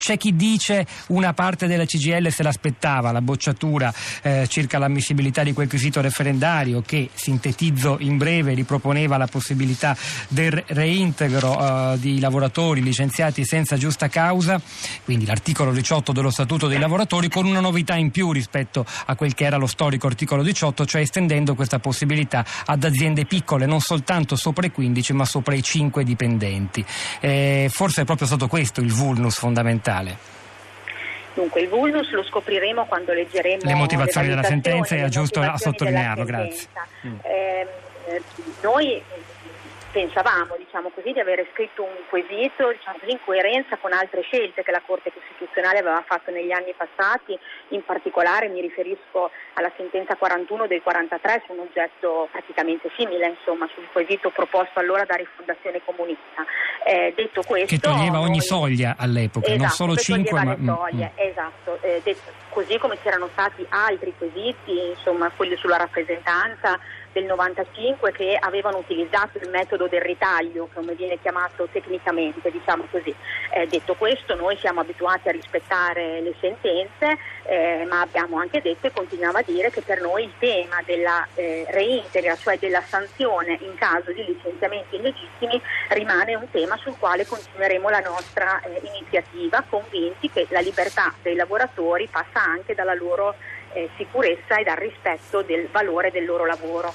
C'è chi dice una parte della CGIL se l'aspettava, la bocciatura circa l'ammissibilità di quel quesito referendario che, sintetizzo in breve, riproponeva la possibilità del reintegro di lavoratori licenziati senza giusta causa, quindi l'articolo 18 dello Statuto dei lavoratori, con una novità in più rispetto a quel che era lo storico articolo 18, cioè estendendo questa possibilità ad aziende piccole, non soltanto sopra i 15 ma sopra i 5 dipendenti. Forse è proprio stato questo il vulnus fondamentale. Dunque il vulnus lo scopriremo quando leggeremo le motivazioni della sentenza, è giusto a sottolinearlo, grazie. Noi pensavamo, di avere scritto un quesito, in coerenza con altre scelte che la Corte Costituzionale aveva fatto negli anni passati, in particolare mi riferisco alla sentenza 41 del 43 su un oggetto praticamente simile, sul quesito proposto allora da Rifondazione Comunista. Detto questo, che toglieva ogni soglia all'epoca, esatto, non solo 5 ma... soglie, esatto, così come c'erano stati altri quesiti, quelli sulla rappresentanza del 95 che avevano utilizzato il metodo del ritaglio, come viene chiamato tecnicamente, detto questo, noi siamo abituati a rispettare le sentenze, ma abbiamo anche detto e continuiamo a dire che per noi il tema della reintegra, cioè della sanzione in caso di licenziamenti illegittimi, rimane un tema sul quale continueremo la nostra iniziativa, convinti che la libertà dei lavoratori passa anche dalla loro sicurezza e dal rispetto del valore del loro lavoro.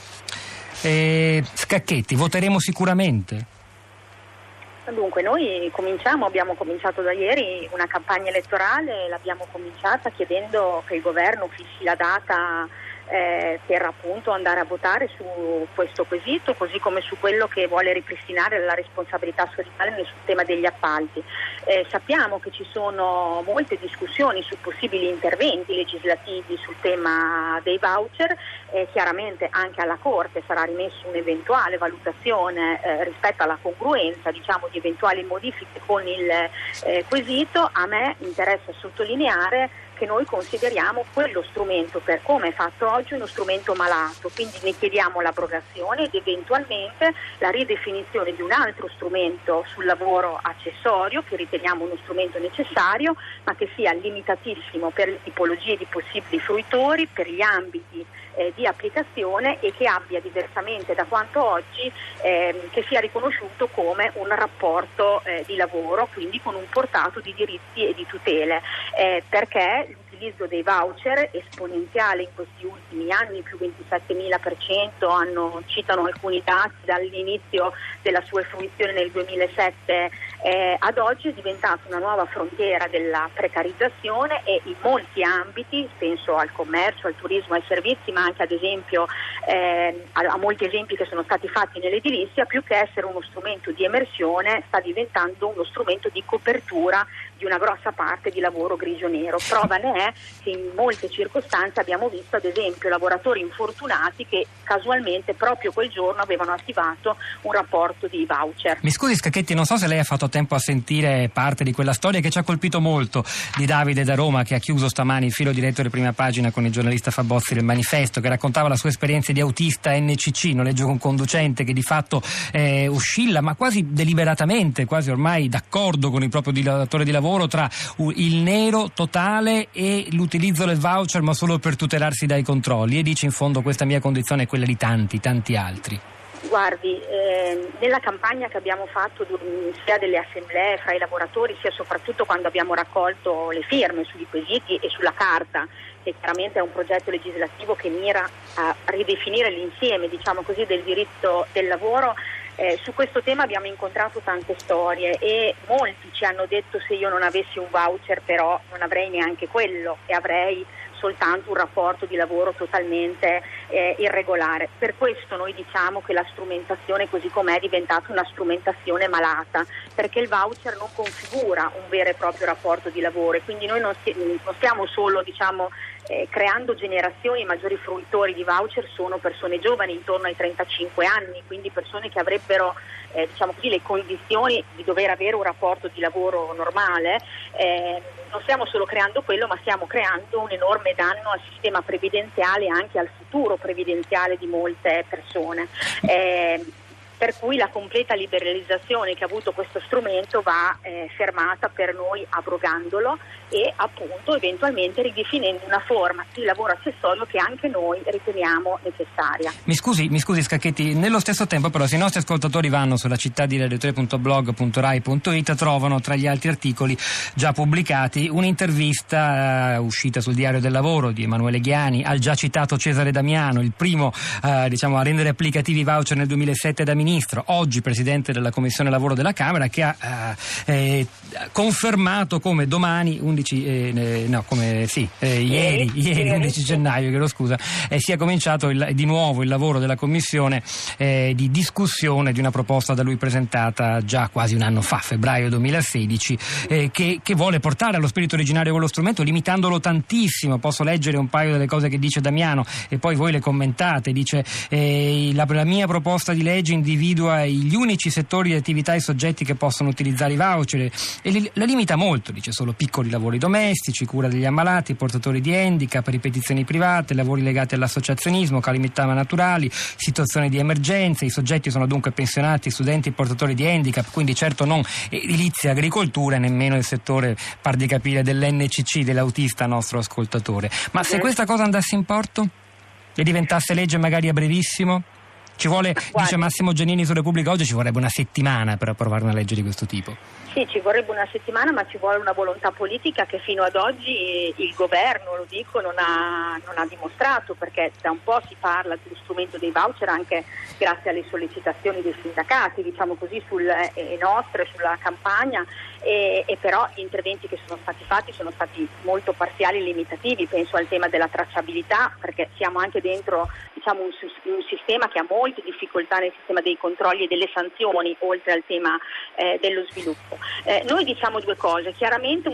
Scacchetti, voteremo sicuramente? Dunque noi abbiamo cominciato da ieri una campagna elettorale, l'abbiamo cominciata chiedendo che il governo fissi la data per appunto andare a votare su questo quesito, così come su quello che vuole ripristinare la responsabilità solidale sul tema degli appalti. Sappiamo che ci sono molte discussioni su possibili interventi legislativi sul tema dei voucher, chiaramente anche alla Corte sarà rimessa un'eventuale valutazione rispetto alla congruenza di eventuali modifiche con il quesito. A me interessa sottolineare che noi consideriamo quello strumento, per come è fatto oggi, uno strumento malato, quindi ne chiediamo l'abrogazione ed eventualmente la ridefinizione di un altro strumento sul lavoro accessorio che riteniamo uno strumento necessario, ma che sia limitatissimo per le tipologie di possibili fruitori, per gli ambiti di applicazione e che abbia, diversamente da quanto oggi, che sia riconosciuto come un rapporto di lavoro, quindi con un portato di diritti e di tutele, perché l'utilizzo dei voucher esponenziale in questi ultimi anni, più 27.000%, citano alcuni dati dall'inizio della sua fruizione nel 2007 ad oggi, è diventata una nuova frontiera della precarizzazione e in molti ambiti, penso al commercio, al turismo, ai servizi, ma anche ad esempio a molti esempi che sono stati fatti nell'edilizia, più che essere uno strumento di emersione sta diventando uno strumento di copertura di una grossa parte di lavoro grigio-nero. Prova ne è che in molte circostanze abbiamo visto ad esempio lavoratori infortunati che casualmente proprio quel giorno avevano attivato un rapporto di voucher. Mi scusi Scacchetti, non so se lei ha fatto tempo a sentire parte di quella storia che ci ha colpito molto di Davide da Roma, che ha chiuso stamani il filo diretto di Prima Pagina con il giornalista Fabozzi del Manifesto, che raccontava la sua esperienza di autista NCC, noleggio con conducente, che di fatto oscilla, ma quasi deliberatamente, quasi ormai d'accordo con il proprio datore di lavoro, tra il nero totale e l'utilizzo del voucher, ma solo per tutelarsi dai controlli, e dice: in fondo questa mia condizione è quella di tanti altri. Guardi, nella campagna che abbiamo fatto sia delle assemblee fra i lavoratori, sia soprattutto quando abbiamo raccolto le firme sui quesiti e sulla carta, che chiaramente è un progetto legislativo che mira a ridefinire l'insieme, del diritto del lavoro, su questo tema abbiamo incontrato tante storie e molti ci hanno detto: se io non avessi un voucher però non avrei neanche quello e avrei soltanto un rapporto di lavoro totalmente irregolare. Per questo noi diciamo che la strumentazione così com'è è diventata una strumentazione malata, perché il voucher non configura un vero e proprio rapporto di lavoro e quindi noi non stiamo solo creando generazioni. I maggiori fruitori di voucher sono persone giovani intorno ai 35 anni, quindi persone che avrebbero le condizioni di dover avere un rapporto di lavoro normale. Non stiamo solo creando quello, ma stiamo creando un enorme danno al sistema previdenziale e anche al futuro previdenziale di molte persone. per cui la completa liberalizzazione che ha avuto questo strumento va fermata per noi abrogandolo e appunto eventualmente ridefinendo una forma di lavoro accessorio che anche noi riteniamo necessaria. Mi scusi Scacchetti, nello stesso tempo però se i nostri ascoltatori vanno sulla cittadiradio3.blog.rai.it trovano tra gli altri articoli già pubblicati un'intervista uscita sul Diario del Lavoro di Emanuele Ghiani al già citato Cesare Damiano, il primo a rendere applicativi i voucher nel 2007 da ministro, oggi presidente della Commissione Lavoro della Camera, che ha confermato come domani ieri 11 gennaio sia cominciato di nuovo il lavoro della Commissione di discussione di una proposta da lui presentata già quasi un anno fa, febbraio 2016, che vuole portare allo spirito originario quello strumento limitandolo tantissimo. Posso leggere un paio delle cose che dice Damiano e poi voi le commentate. Dice la mia proposta di legge individua gli unici settori di attività e soggetti che possono utilizzare i voucher e la limita molto, dice solo piccoli lavori domestici, cura degli ammalati, portatori di handicap, ripetizioni private, lavori legati all'associazionismo, calamità naturali, situazioni di emergenza. I soggetti sono dunque pensionati, studenti, portatori di handicap, quindi certo non edilizia, agricoltura e nemmeno il settore, par di capire, dell'NCC, dell'autista nostro ascoltatore. Ma se questa cosa andasse in porto e diventasse legge magari a brevissimo? Ci vuole, dice Massimo Giannini su Repubblica Oggi, ci vorrebbe una settimana per approvare una legge di questo tipo. Sì, ci vorrebbe una settimana, ma ci vuole una volontà politica che fino ad oggi il governo, lo dico, non ha dimostrato, perché da un po' si parla dello strumento dei voucher anche grazie alle sollecitazioni dei sindacati, diciamo così, sulla campagna, e però gli interventi che sono stati fatti sono stati molto parziali e limitativi. Penso al tema della tracciabilità, perché siamo anche dentro un sistema che ha molte difficoltà nel sistema dei controlli e delle sanzioni, oltre al tema dello sviluppo. Noi diciamo due cose: chiaramente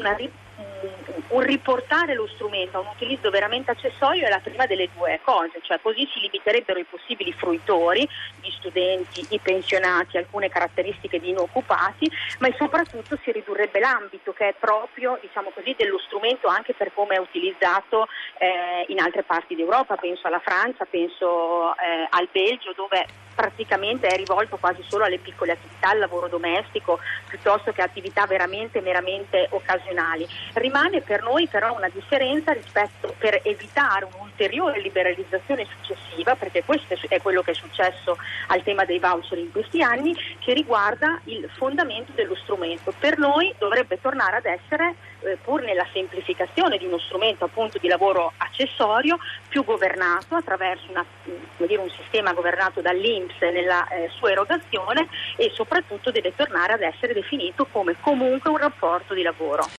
un riportare lo strumento a un utilizzo veramente accessorio è la prima delle due cose, cioè così si limiterebbero i possibili fruitori, gli studenti, i pensionati, alcune caratteristiche di inoccupati, ma soprattutto si ridurrebbe l'ambito che è proprio, diciamo così, dello strumento anche per come è utilizzato in altre parti d'Europa. Penso alla Francia, penso al Belgio, dove praticamente è rivolto quasi solo alle piccole attività, al lavoro domestico, piuttosto che attività veramente meramente occasionali. Rimane per noi però una differenza rispetto, per evitare un'ulteriore liberalizzazione successiva, perché questo è quello che è successo al tema dei voucher in questi anni, che riguarda il fondamento dello strumento. Per noi dovrebbe tornare ad essere, pur nella semplificazione di uno strumento appunto di lavoro accessorio, più governato attraverso un sistema governato dall'INPS nella sua erogazione, e soprattutto deve tornare ad essere definito come comunque un rapporto di lavoro.